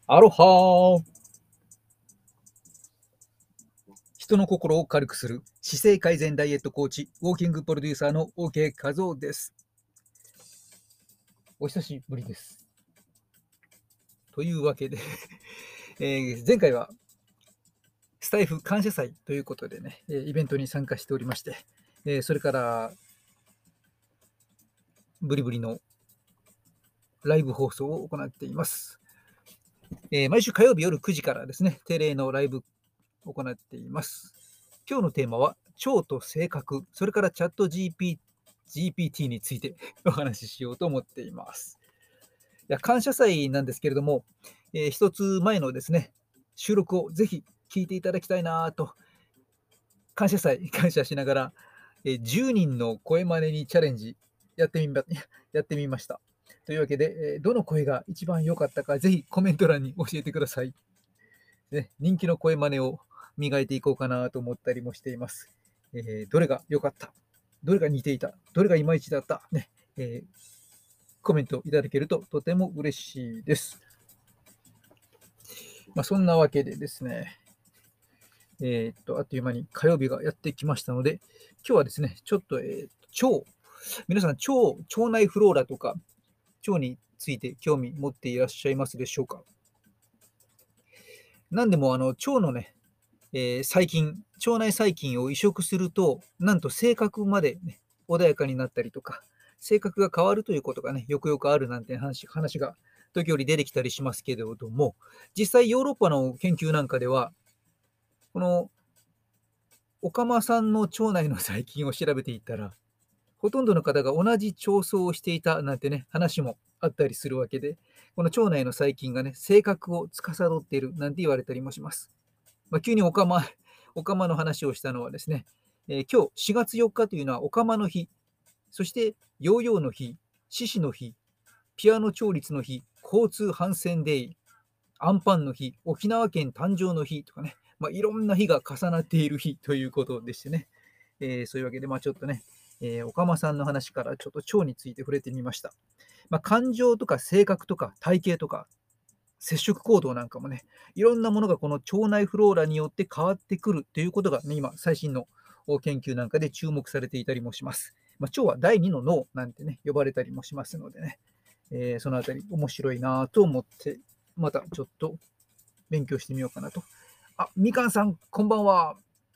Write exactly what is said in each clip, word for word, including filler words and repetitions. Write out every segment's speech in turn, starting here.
アロハー。人の心を軽くする姿勢改善ダイエットコーチ、ウォーキングプロデューサーの OK 和夫です。お久しぶりです。というわけで、えー前回はスタイフ感謝祭ということでね、えーイベントに参加しておりまして、えーそれからブリブリのライブ放送を行っています。えー毎週火曜日夜くじからですね、定例のライブを行っています。今日のテーマは、腸と性格、それからチャット ジーピー ジーピーティー についてお話ししようと思っています。いや、感謝祭なんですけれども、えー一つ前のですね、収録をぜひ聞いていただきたいなと、感謝祭、感謝しながら、えーじゅうにんの声真似にチャレンジやってみまやってみました。というわけで、えーどの声が一番良かったか、ぜひコメント欄に教えてください。ね、人気の声真似を磨いていこうかなと思ったりもしています。えーどれが良かった、どれが似ていた、どれがいまいちだった、ねえーコメントいただけるととても嬉しいです。まあ、そんなわけでですね、えーっと、あっという間に火曜日がやってきましたので、今日はですね、ちょっと、えー腸、皆さん腸、腸内フローラとか、腸について興味持っていらっしゃいますでしょうか。何でもあの腸のね、えー細菌、腸内細菌を移植すると、なんと性格まで、ね、穏やかになったりとか、性格が変わるということがね、よくよくあるなんて話話が時折出てきたりしますけれども、実際ヨーロッパの研究なんかでは、このお釜さんの腸内の細菌を調べていったら、ほとんどの方が同じ腸相をしていたなんてね、話もあったりするわけで、この腸内の細菌がね、性格を司っているなんて言われたりもします。まあ、急におかま、おかまの話をしたのはですね、えー今日しがつよっかというのはおかまの日、そしてヨーヨーの日、獅子の日、ピアノ調律の日、交通反戦デイ、アンパンの日、沖縄県誕生の日とかね、まあ、いろんな日が重なっている日ということでしてね、えーそういうわけで、まあ、ちょっとね、えーおかまさんの話からちょっと腸について触れてみました。まあ、感情とか性格とか体型とか接触行動なんかもね、いろんなものがこの腸内フローラによって変わってくるということが、ね、今、最新の研究なんかで注目されていたりもします。まあ、腸はだいにの脳なんてね、呼ばれたりもしますのでね、えーそのあたり面白いなと思って、またちょっと勉強してみようかなと。あ、みかんさん、こんばんは。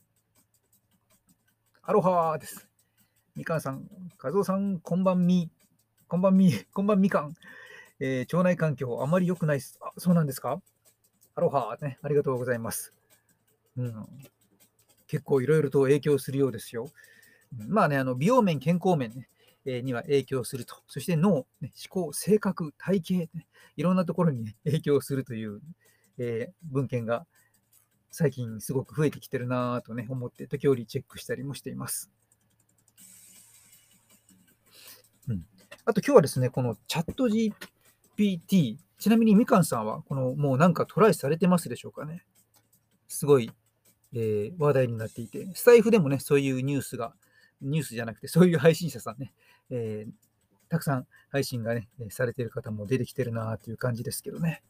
アロハーです。みかんさん、和夫さん、こんばんみ。こんばんみ、こんばんみかん。えー腸内環境あまり良くないです。あ、そうなんですか。アロハーね、ありがとうございます。うん、結構いろいろと影響するようですよ。うんまあね、あの美容面、健康面、ねえーには影響すると。そして脳、ね、思考、性格、体型、ね、いろんなところに、ね、影響するという、えー文献が最近すごく増えてきてるなとね、思って時折チェックしたりもしています。うん、あと今日はですね、このチャット ジーピーティー、ちなみにみかんさんはこのもうなんかトライされてますでしょうかね。すごいえー話題になっていて、スタイフでもね、そういうニュースが、ニュースじゃなくて、そういう配信者さんね、えーたくさん配信がね、されている方も出てきてるなという感じですけどね。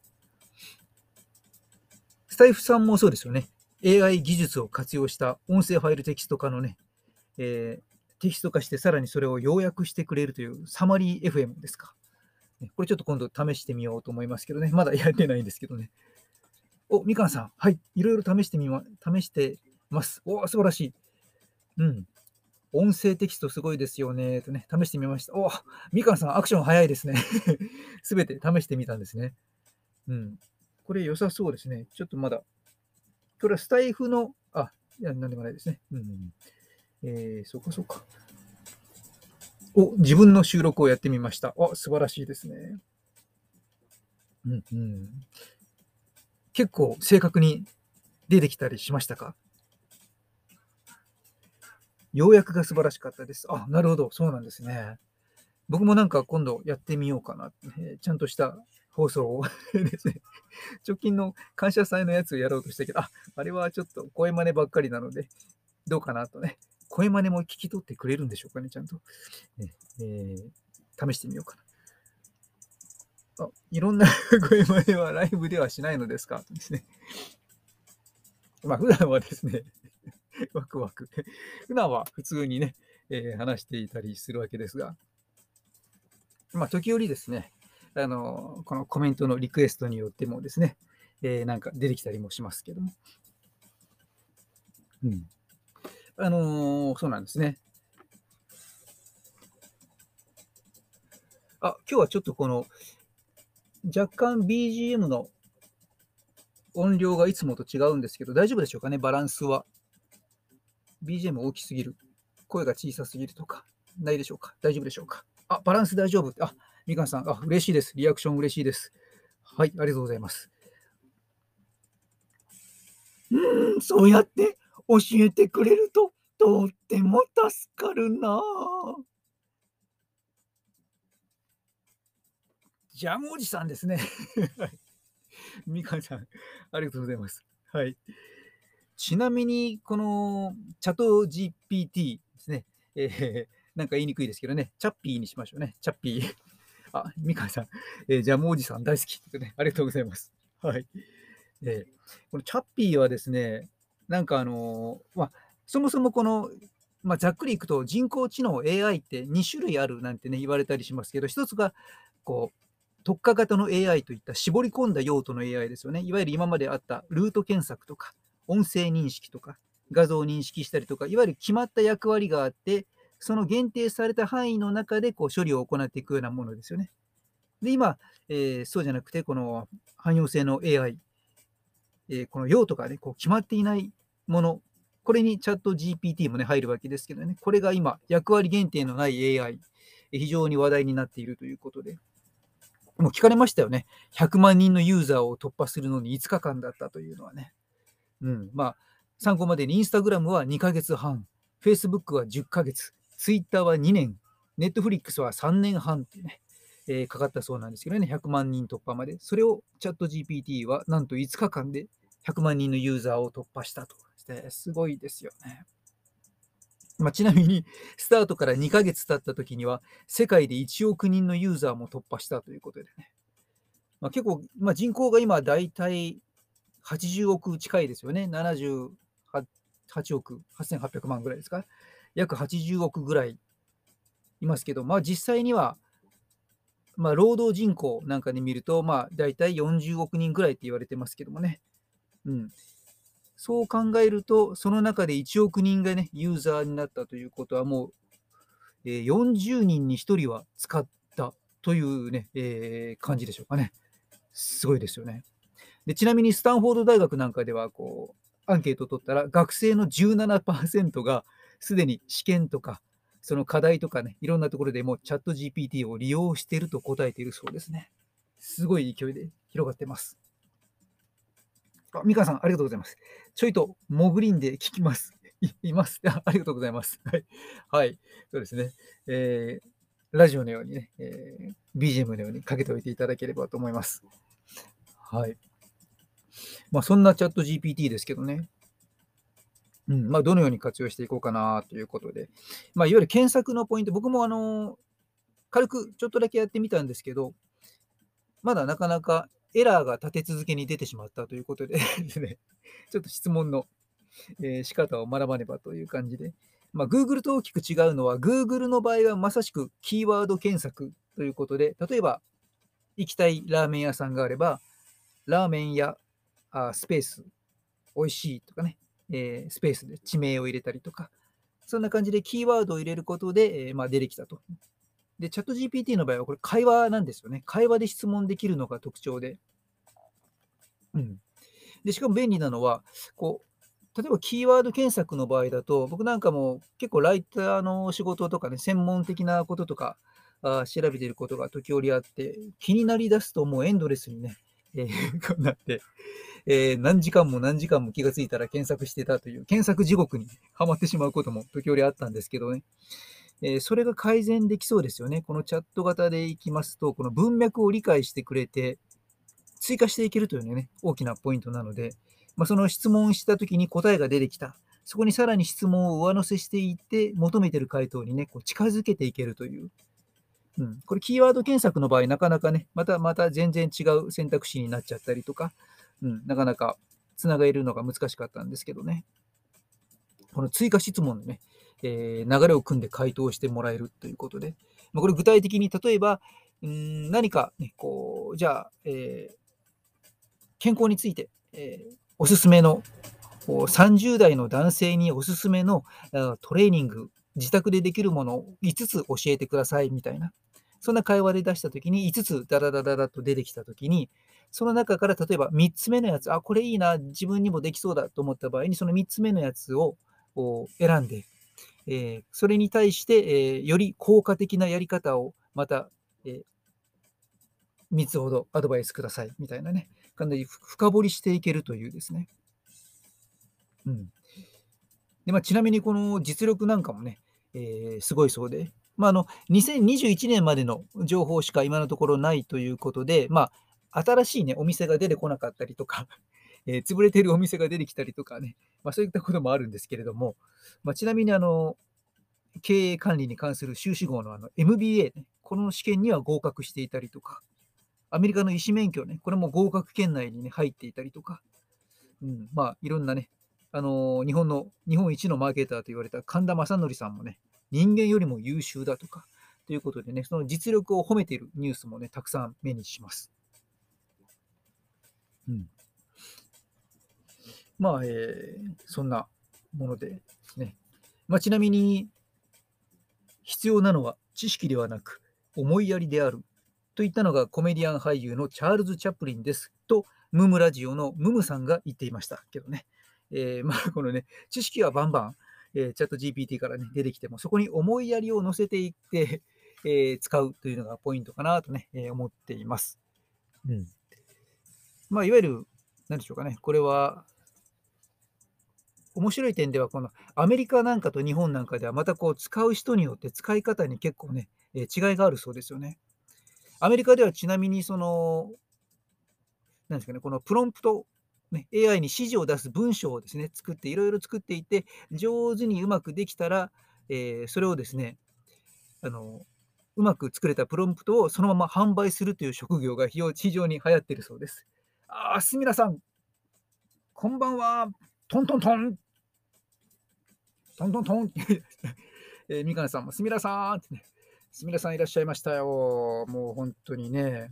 スタイフさんもそうですよね。エーアイ 技術を活用した音声ファイルテキスト化のね、えーテキスト化してさらにそれを要約してくれるというサマリー エフエム ですか。これちょっと今度試してみようと思いますけどね。まだやってないんですけどね。お、みかんさん、はい、いろいろ試してみま、試してます。お、素晴らしい。うん。音声テキストすごいですよねとね、試してみました。お、みかんさん、アクション早いですね。すべて試してみたんですね。うん。これ良さそうですね。ちょっとまだ、これはスタイフの、あ、いや、なんでもないですね。うん。えー、そうかそうか。お、自分の収録をやってみました。あ、素晴らしいですね。うんうん。結構正確に出てきたりしましたか。要約が素晴らしかったです。あ、なるほど。そうなんですね。僕もなんか今度やってみようかな。えーちゃんとした放送をですね。直近の感謝祭のやつをやろうとしたけど、あ、あれはちょっと声真似ばっかりなので、どうかなとね。声真似も聞き取ってくれるんでしょうかね、ちゃんと。ねえー試してみようかな。あ、 いろんな声真似はライブではしないのですかとですね。まあ、普段はですね、ワクワク。普段は普通にね、えー話していたりするわけですが、まあ、時折ですね、あの、このコメントのリクエストによってもですね、えーなんか出てきたりもしますけども。うん。あのーそうなんですね。あ、今日はちょっとこの若干 ビージーエム の音量がいつもと違うんですけど、大丈夫でしょうかね、バランスは。ビージーエム 大きすぎる、声が小さすぎるとか、ないでしょうか。大丈夫でしょうか。あ、バランス大丈夫。あ、みかんさん、あ、嬉しいです。リアクション嬉しいです。はい、ありがとうございます。うーん、そうやって教えてくれると、とっても助かるなあ。ジャムおじさんですね。はい。みかんさん、ありがとうございます。はい。ちなみに、このチャット ジーピーティー ですね。えーなんか言いにくいですけどね、チャッピーにしましょうね。チャッピー。あ、みかんさん、えージャムおじさん大好きってね、ありがとうございます。はい。えーこのチャッピーはですね、なんかあのーまあ、そもそもこの、まあ、ざっくりいくと人工知能 エーアイ ってに種類あるなんてね、言われたりしますけど、一つがこう、特化型の エーアイ といった絞り込んだ用途の エーアイ ですよね。いわゆる今まであったルート検索とか、音声認識とか、画像を認識したりとか、いわゆる決まった役割があって、その限定された範囲の中でこう処理を行っていくようなものですよね。で、今、えーそうじゃなくて、この汎用性の エーアイ、えーこの用途がね、こう決まっていないもの、これにチャット ジーピーティー もね、入るわけですけどね、これが今、役割限定のない エーアイ、非常に話題になっているということで、もう聞かれましたよね。ひゃくまん人のユーザーを突破するのにいつかかんだったというのはね。うん、まあ、参考までにインスタグラムはにかげつはん、フェイスブックはじゅっかげつ、ツイッターはにねん、ネットフリックスはさんねんはんってね、えーかかったそうなんですけどね、ひゃくまん人突破まで。それをチャット ジーピーティー はなんといつかかんでひゃくまん人のユーザーを突破したとして、すごいですよね。まあ、ちなみに、スタートからにかげつ経った時には、世界でいちおく人のユーザーも突破したということでね。まあ、結構、まあ、人口が今だいたいはちじゅうおく近いですよね。ななじゅうはちおく、はっせんはっぴゃくまんぐらいですか。約はちじゅうおくぐらいいますけど、まあ、実際には、まあ、労働人口なんかで見ると、まあ、だいたいよんじゅうおく人ぐらいって言われてますけどもね。うん。そう考えると、その中でいちおく人がね、ユーザーになったということは、もう、えーよんじゅうにんにひとりは使ったというね、えー感じでしょうかね。すごいですよね。で、ちなみにスタンフォード大学なんかでは、こう、アンケートを取ったら、学生のじゅうななパーセントがすでに試験とか、その課題とかね、いろんなところでもうチャット ジーピーティー を利用していると答えているそうですね。すごい勢いで広がってます。あ、みかんさん、ありがとうございます。ちょいと潜りんで聞きます。いいます。あありがとうございます。はい。はい。そうですね。えーラジオのようにね、えー ビージーエム のようにかけておいていただければと思います。はい。まあ、そんなチャット ジーピーティー ですけどね。うん、まあ、どのように活用していこうかなということで。まあ、いわゆる検索のポイント、僕もあの、軽くちょっとだけやってみたんですけど、まだなかなかエラーが立て続けに出てしまったということでですね、ちょっと質問の、えー仕方を学ばねばという感じで。まあ、Google と大きく違うのは、Google の場合はまさしくキーワード検索ということで、例えば行きたいラーメン屋さんがあれば、ラーメン屋、あスペース、美味しいとかね、えースペースで地名を入れたりとか、そんな感じでキーワードを入れることで、えーまあ、出てきたと。で、チャット ジーピーティー の場合はこれ会話なんですよね。会話で質問できるのが特徴で。うん。で、しかも便利なのは、こう、例えばキーワード検索の場合だと、僕なんかも結構ライターの仕事とかね、専門的なこととか、あ調べていることが時折あって、気になりだすともうエンドレスにね、えーこうなって、えー何時間も何時間も気がついたら検索してたという、検索地獄にはまってしまうことも時折あったんですけどね。えーそれが改善できそうですよね。このチャット型でいきますと、この文脈を理解してくれて、追加していけるというのがね、大きなポイントなので、まあ、その質問したときに答えが出てきた。そこにさらに質問を上乗せしていって、求めている回答にね、こう近づけていけるという。 うん、これキーワード検索の場合、なかなかね、またまた全然違う選択肢になっちゃったりとか、うん、なかなかつなげるのが難しかったんですけどね。この追加質問でね、えー流れを組んで回答してもらえるということで、まあ、これ具体的に例えば、うーん、何かね、こう、じゃあ、えー健康について、えーおすすめのこうさんじゅう代の男性におすすめのあトレーニング、自宅でできるものをいつつ教えてくださいみたいな、そんな会話で出したときに、いつつダダダダダと出てきたときに、その中から例えばみっつめのやつ、あ、これいいな、自分にもできそうだと思った場合に、そのみっつめのやつをこう選んで、えーそれに対して、えーより効果的なやり方をまた、えーみっつほどアドバイスくださいみたいなね、かなりふ深掘りしていけるというですね。うん。で、まあ、ちなみにこの実力なんかもね、えーすごいそうで、まあ、あの、にせんにじゅういちねんまでの情報しか今のところないということで、まあ、新しいね、お店が出てこなかったりとか、えー潰れてるお店が出てきたりとかね、まあ、そういったこともあるんですけれども、まあ、ちなみにあの、経営管理に関する修士号のあの エムビーエー ね、この試験には合格していたりとか、アメリカの医師免許ね、これも合格圏内にね、入っていたりとか、うん、まあ、いろんなね、あのー日本の日本一のマーケターと言われた神田正則さんもね、人間よりも優秀だとか、ということでね、その実力を褒めているニュースもね、たくさん目にします。うん、まあ、えーそんなものでですね。まあ、ちなみに、必要なのは知識ではなく、思いやりであるといったのがコメディアン俳優のチャールズ・チャップリンですと、ムームラジオのムムさんが言っていましたけどね。えーまあ、このね、知識はバンバン、えーチャット ジーピーティー から、ね、出てきても、そこに思いやりを乗せていって、えー使うというのがポイントかなとね、えー思っています。うん。まあ、いわゆる、なんでしょうかね、これは面白い点では、このアメリカなんかと日本なんかでは、またこう使う人によって使い方に結構ね、えー違いがあるそうですよね。アメリカではちなみにその、なんですかね、このプロンプト、ね、エーアイ に指示を出す文章をですね、作っていろいろ作っていて、上手にうまくできたら、えーそれをですね、あの、うまく作れたプロンプトをそのまま販売するという職業が非常非常に流行っているそうです。ああ、すみらさん、こんばんは。トントントン、トントントン。えーみかんさんも、すみらさんってね、すみらさんいらっしゃいましたよ。もう本当にね、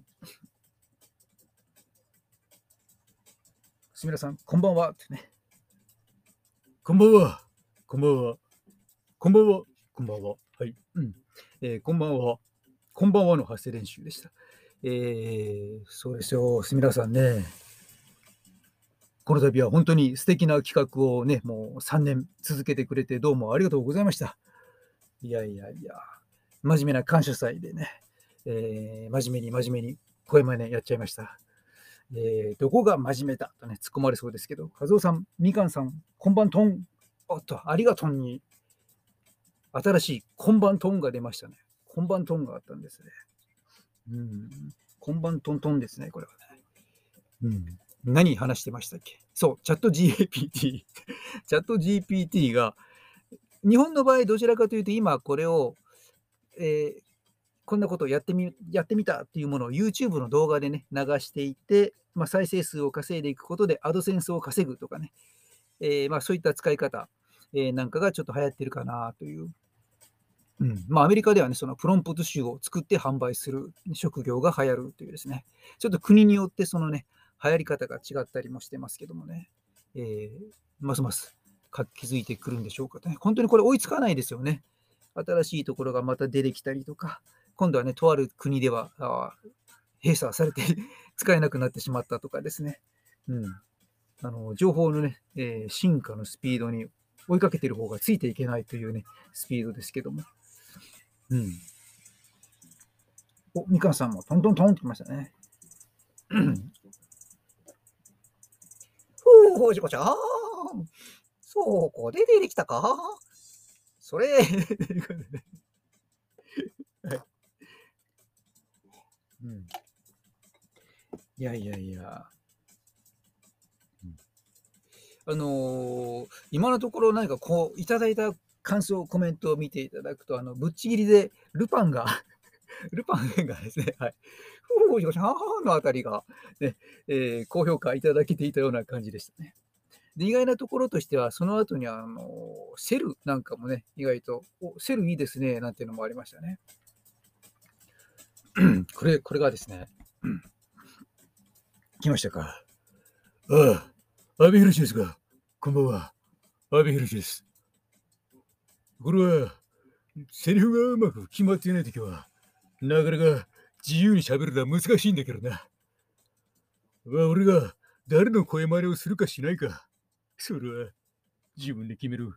すみらさん、こんばんはってね。こんばんは。こんばんは。こんばんは。こんばんは。はい。うん。えーこんばんは。こんばんはの発声練習でした。えーそうですよ。すみらさんね。この度は本当に素敵な企画をね、もうさんねん続けてくれてどうもありがとうございました。いやいやいや、真面目な感謝祭でね、えー真面目に真面目に声真似やっちゃいました。えーどこが真面目だとね、突っ込まれそうですけど、和夫さん、みかんさん、こんばんとん。おっと、ありがとんに新しいこんばんトンが出ましたね。こんばんトンがあったんですね。うん。こんばんトントンですね、これはね。うん。何話してましたっけ？そう、チャット ジーピーティー。チャット ジーピーティー が、日本の場合どちらかというと今これを、えーこんなことをやってみやってみたっていうものを YouTube の動画でね、流していって、まあ、再生数を稼いでいくことでアドセンスを稼ぐとかね、えーまあ、そういった使い方、えーなんかがちょっと流行ってるかなといううん、まあ、アメリカではね、そのプロンプト集を作って販売する職業が流行るというですね、ちょっと国によってそのね、流行り方が違ったりもしてますけどもね、えーますます活気づいてくるんでしょうかね。本当にこれ追いつかないですよね。新しいところがまた出てきたりとか、今度はね、とある国ではあ閉鎖されて使えなくなってしまったとかですね。うん、あの情報のね、えー進化のスピードに追いかけてる方がついていけないというね、スピードですけども。うん。お、みかんさんもトントントンってきましたね。ふう、ほうじこちゃん。そこで出てきたか。それ、はい。うん。いやいやいや。あのー今のところ何かこう、いただいた感想、コメントを見ていただくと、あの、ぶっちぎりでルパンがルパンがですね、はい。ふうよしはーのあたりが、ね、えー高評価いただけていたような感じでしたね。で、意外なところとしては、その後にあの、セルなんかもね、意外と、お、セルいいですね、なんていうのもありましたね。これこれがですね、来ましたか。ああ、阿部寛ですが、こんばんは。阿部寛です。これは、セリフがうまく決まっていないときは、なかなか自由に喋るのは難しいんだけどな。まあ、俺が誰の声真似をするかしないか、それは自分で決める。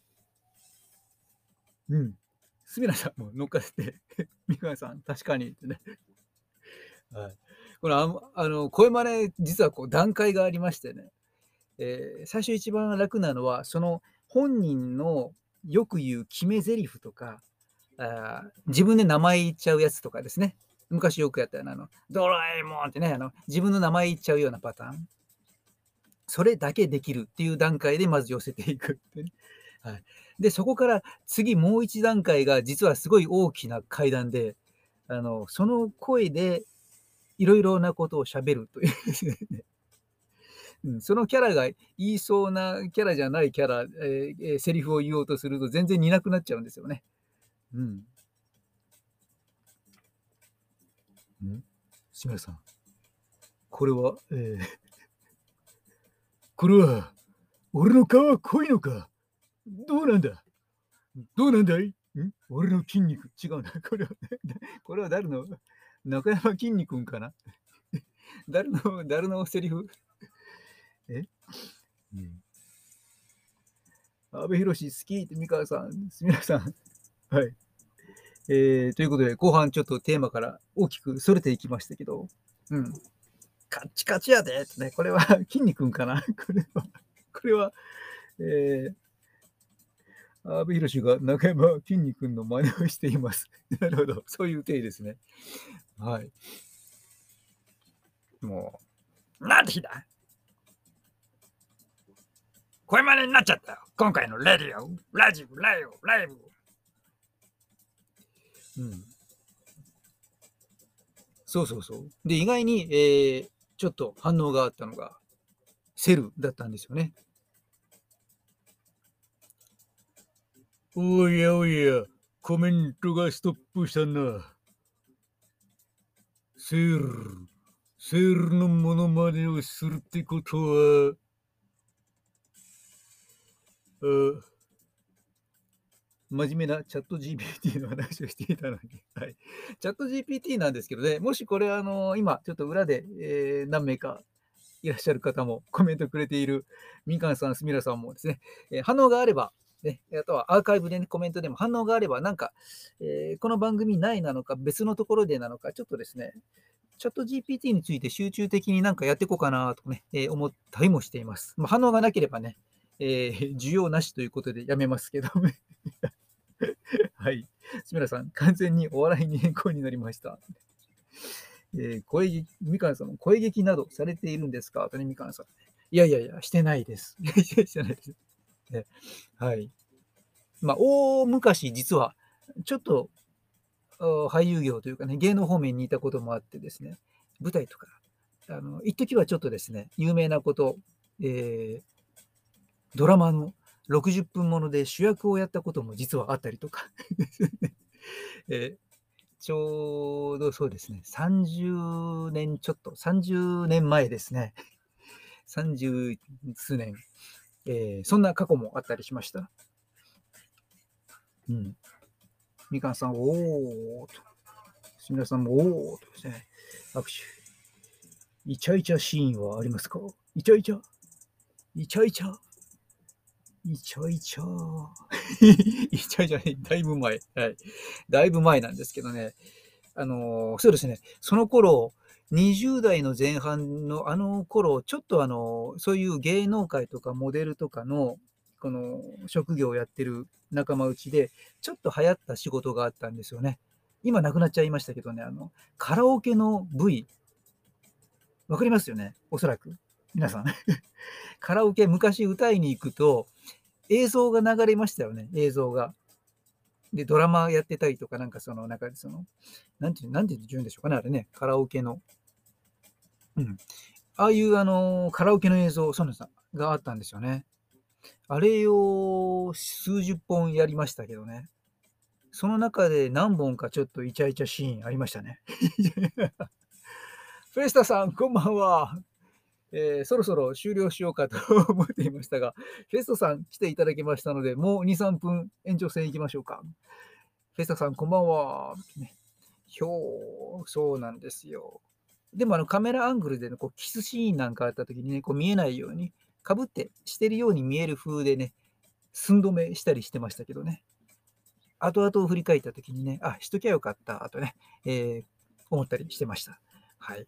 うん。すみらさんも乗っかって、みかんさん、確かにってね。はい。これ、あんあの、声真似、実はこう段階がありましてね。えー最初一番楽なのは、その本人のよく言う決め台詞とか、あー自分で名前言っちゃうやつとかですね。昔よくやったような、あの、ドラえもんってね、あの、自分の名前言っちゃうようなパターン。それだけできるっていう段階でまず寄せていくってね。はい。で、そこから次もう一段階が実はすごい大きな階段で、あの、その声でいろいろなことを喋るというですね。うん、そのキャラが言いそうなキャラじゃないキャラ、えーえーセリフを言おうとすると全然似なくなっちゃうんですよね。うん。ん？志村さん、これは、えーこれは、俺の皮は濃いのか？どうなんだ？どうなんだい？ん？俺の筋肉、違うな。これは、これは誰の、中山きんに君かな？誰の誰のセリフ？え？うん。阿部寛好きって美川さん、すみまさん。はい。えーということで、後半ちょっとテーマから大きくそれていきましたけど、うん。カッチカチやでってね、これは筋肉かな？これは、これは、えー、阿部寛が中山きんに君の真似をしています。なるほど、そういう体ですね。はい。もう、なんて日だ、声真似になっちゃったよ。今回のレディオ、ラジオ、ライオ、ライブ。うん。そうそうそう。で、意外に、えー、ちょっと反応があったのが、セルだったんですよね。おやおや、コメントがストップしたな。セール、セールのモノマネをするってことは、あ、真面目なチャット ジーピーティー の話をしていたのに、はい。チャット ジーピーティー なんですけどね、もしこれ、あの、今ちょっと裏で、えー何名かいらっしゃる方もコメントくれているみかんさん、すみらさんもですね、えー反応があれば、ね、あとはアーカイブで、ね、コメントでも反応があれば、なんか、えーこの番組内なのか、別のところでなのか、ちょっとですね、チャット ジーピーティー について集中的になんかやっていこうかなとね、えー思ったりもしています。まあ、反応がなければね、えー需要なしということでやめますけどね。はい。すみらさん、完全にお笑いに変更になりました。えー声劇、みかんさんも声劇などされているんですかとね、みかんさん。いやいやいや、してないです。いやいやしてないです。ね、はい。まあ、大昔、実は、ちょっとあ俳優業というかね、芸能方面にいたこともあってですね、舞台とか、あの、一時はちょっとですね、有名なこと、えードラマのろくじゅっぷんもので主役をやったことも実はあったりとか、えーちょうどそうですね、さんじゅうねんちょっと、さんじゅうねんまえですね。さんじゅう数年、えーそんな過去もあったりしました。うん。みかんさん、おーと。すみらさんも、おーとですね。握手。イチャイチャシーンはありますか？イチャイチャ、イチャイチャ、イチャイチャ。イチャイチャね、だいぶ前。はい。だいぶ前なんですけどね。あのーそうですね。その頃、にじゅう代の前半のあの頃、ちょっとあの、そういう芸能界とかモデルとかの、この職業をやってる仲間内で、ちょっと流行った仕事があったんですよね。今なくなっちゃいましたけどね、あの、カラオケの V、わかりますよね？おそらく。皆さん。カラオケ昔歌いに行くと、映像が流れましたよね、映像が。 で、ドラマやってたりとか、なんかその、なんかその、なんていう、なんて言うんでしょうかね、あれね、カラオケの。うん。ああいうあの、カラオケの映像、そうなんですがあったんですよね。あれを数十本やりましたけどね。その中で何本かちょっとイチャイチャシーンありましたね。フェスタさん、こんばんは。えーそろそろ終了しようかと思っていましたが、フェストさん来ていただきましたので、もうに、さんぷん延長戦行きましょうか。フェスタさん、こんばんは。ね、ひょう、そうなんですよ。でもあのカメラアングルでのこうキスシーンなんかあった時にね、こう見えないように、かぶってしてるように見える風でね、寸止めしたりしてましたけどね。後々を振り返った時にね、あ、しときゃよかったとね、えー思ったりしてました。はい。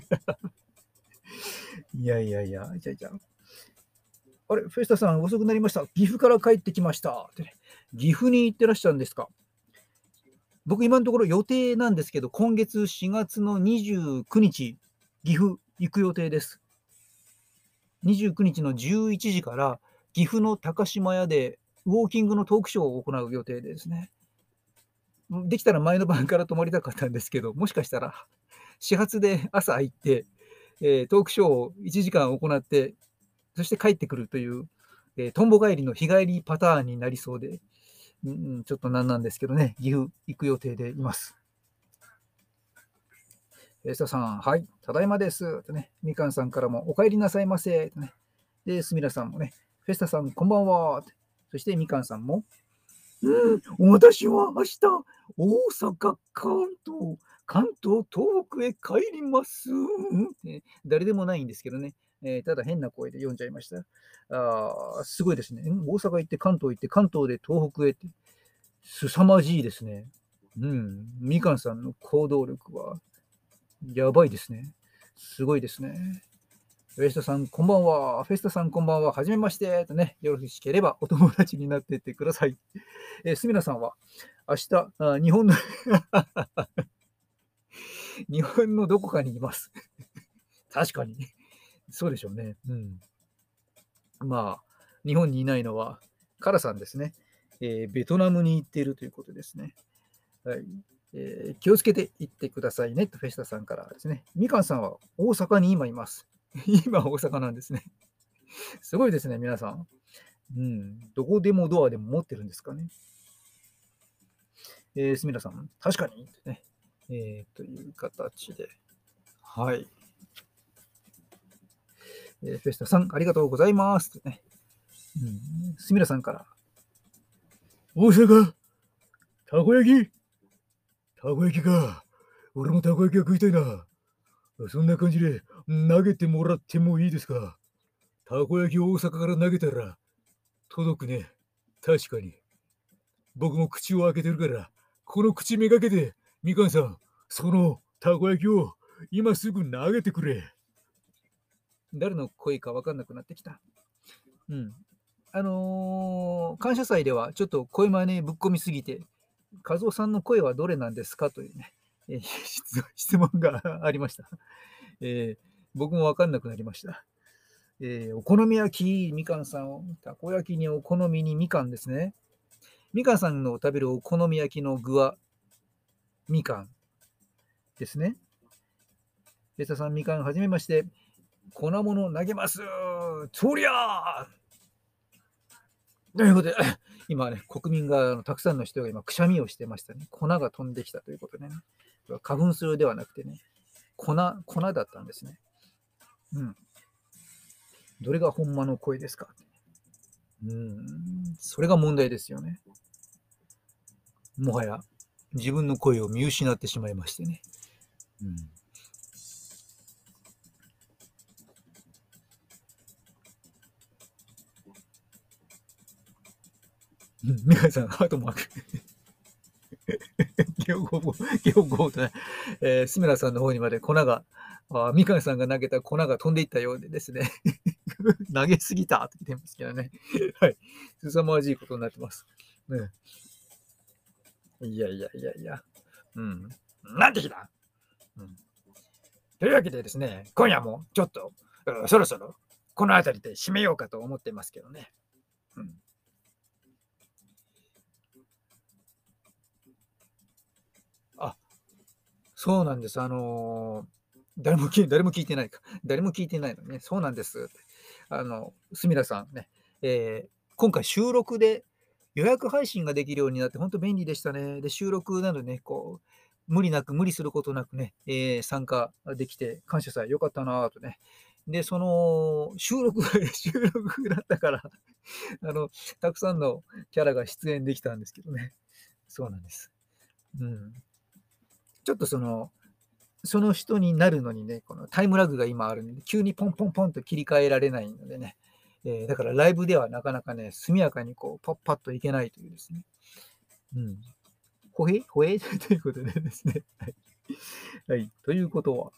いやいやいや、じゃあじゃあ。あれ、フェスタさん遅くなりました。岐阜から帰ってきました。ってね、岐阜に行ってらっしゃるんですか。僕今のところ予定なんですけど、今月しがつのにじゅうくにち、岐阜行く予定です。にじゅうくにちのじゅういちじから岐阜の高島屋でウォーキングのトークショーを行う予定ですね。できたら前の晩から泊まりたかったんですけど、もしかしたら始発で朝行って、えートークショーをいちじかん行って、そして帰ってくるという、えーとんぼ帰りの日帰りパターンになりそうで、うん、ちょっとなんなんですけどね、岐阜行く予定でいます。えー、ささん、はい、ただいまです。とね、みかんさんからもお帰りなさいませ。とね、で、すみらさんもね、フェスタさん、こんばんは。そしてみかんさんも、うん、私は明日、大阪、関東、関東、東北へ帰ります。ね、誰でもないんですけどね、えーただ変な声で読んじゃいました。あーすごいですね。ん大阪行って、関東行って、関東で東北へって、凄まじいですね。うん、みかんさんの行動力はやばいですね。すごいですね。フェスタさん、こんばんは。フェスタさん、こんばんは。はじめまして。とね、よろしければお友達になっていってください。えー、すみなさんは、明日、あ日本の日本のどこかにいます。確かに。そうでしょうね。うん。まあ、日本にいないのは、カラさんですね。えーベトナムに行っているということですね。はい。えー気をつけて行ってくださいねと、フェスタさんからですね。みかんさんは大阪に今います。今大阪なんですね。すごいですね、皆さん。うん。どこでもドアでも持ってるんですかね。えー、すみらさん、確かに、ね。えーという形で。はい。えーフェスタさん、ありがとうございます。ね、うん。すみらさんから、大阪、たこ焼きたこ焼きか。俺もたこ焼きが食いたいな。そんな感じで投げてもらってもいいですか。たこ焼きを大阪から投げたら届くね。確かに。僕も口を開けてるから、この口めがけて、みかんさん、そのたこ焼きを今すぐ投げてくれ。誰の声か分かんなくなってきた。うん。あのー感謝祭ではちょっと声真似ぶっ込みすぎて、和夫さんの声はどれなんですかというね、えー質質問がありました。えー僕も分かんなくなりました。えーお好み焼き、みかんさん、たこ焼きにお好みにみかんですね。みかんさんの食べるお好み焼きの具はみかんですね。ベタさん、みかん、はじめまして。粉物投げます。とりゃーということで、今ね、国民が、あのたくさんの人が今、くしゃみをしてましたね。粉が飛んできたということでね。花粉症ではなくてね、粉、粉だったんですね。うん。どれがほんまの声ですか。うん。それが問題ですよね。もはや、自分の声を見失ってしまいましてね。うん。うん、皆さん、ハートマーク。ゲオゴー、ゲオゴーとね、えー、スメラさんの方にまで粉が、あみかんさんが投げた粉が飛んでいったようでですね、投げすぎたって言ってますけどね。はい。凄まじいことになってます。ね、いやいやいやいや。うん。なんて日だ、うん、というわけでですね、今夜もちょっと、うん、そろそろこの辺りで締めようかと思ってますけどね。うんそうなんです。あの、誰もき誰も聞いてないか。誰も聞いてないのにね、そうなんですって。あの、すみらさんね、ええ、今回収録で予約配信ができるようになってほんと便利でしたね。で、収録などね、こう、無理なく無理することなくね、ええ、参加ができて感謝祭良かったなとね。で、その収録収録だったから、あの、たくさんのキャラが出演できたんですけどね。そうなんです。うん。ちょっとそのその人になるのにね、このタイムラグが今あるんで、急にポンポンポンと切り替えられないのでね。ええ、だからライブではなかなかね、速やかにこうパッパッといけないというですね。うん。ほへほえということでですね。はい。はい。ということは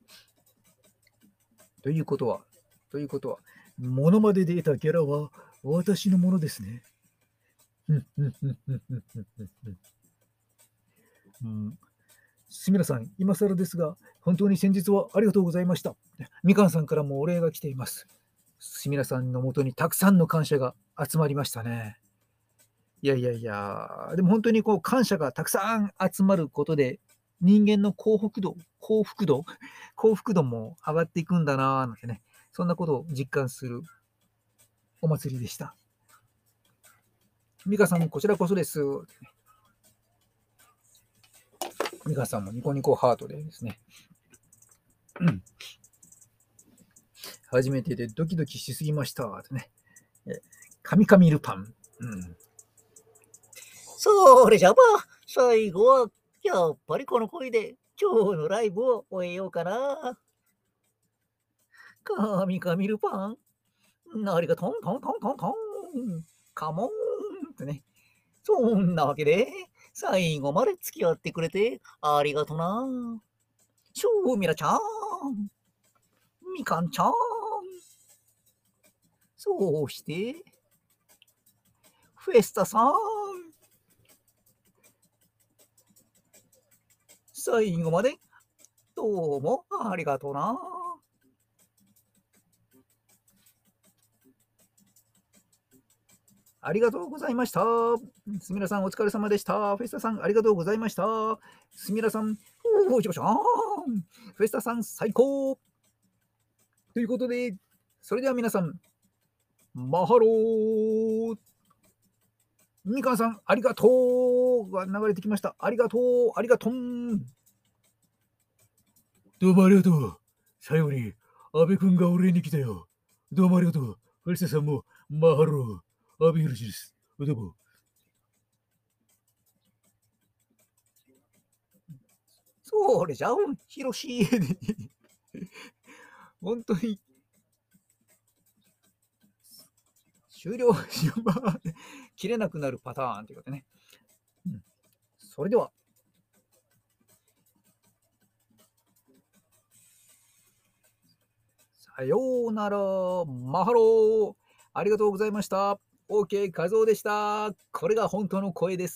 ということはということは、モノマネで得たギャラは私のものですね。ふんふんふんふんふんふんふんふん。うん。すみらさん、今更ですが、本当に先日はありがとうございました。みかんさんからもお礼が来ています。すみらさんのもとにたくさんの感謝が集まりましたね。いやいやいや、でも本当にこう感謝がたくさん集まることで、人間の幸福度幸福度幸福度も上がっていくんだななんてね、そんなことを実感するお祭りでした。みかさん、こちらこそです。みかさんもニコニコハートでですね。うん。初めてでドキドキしすぎましたってね。え、カミカミルパン。うん。 それじゃあ、最後はやっぱりこの声で今日のライブを終えようかな。カミカミルパン、ありがとんとんとんとんとん。カモンってね。そんなわけで、最後まで付き合ってくれてありがとな。シュウミラちゃん、みかんちゃん、そして、フェスタさん、最後までどうもありがとな。 ありがとうございました。すみらさん、お疲れ様でした。フェスタさん、ありがとうございました。すみらさん、おー、ちょこちょん。フェスタさん、最高。ということで、それでは皆さん、マハロー。みかんさん、ありがとうが流れてきました。ありがとう、ありがとん。どうもありがとう。最後に、安部君がお礼に来たよ。どうもありがとう。フェスタさんも、マハロー。阿部寛です。どうも。 それじゃあ、ヒロシ。 本当に終了しよう切れなくなるパターンということでね。うん、それでは、さようなら、マハロー。ありがとうございました。OK 画像でした。これが本当の声です。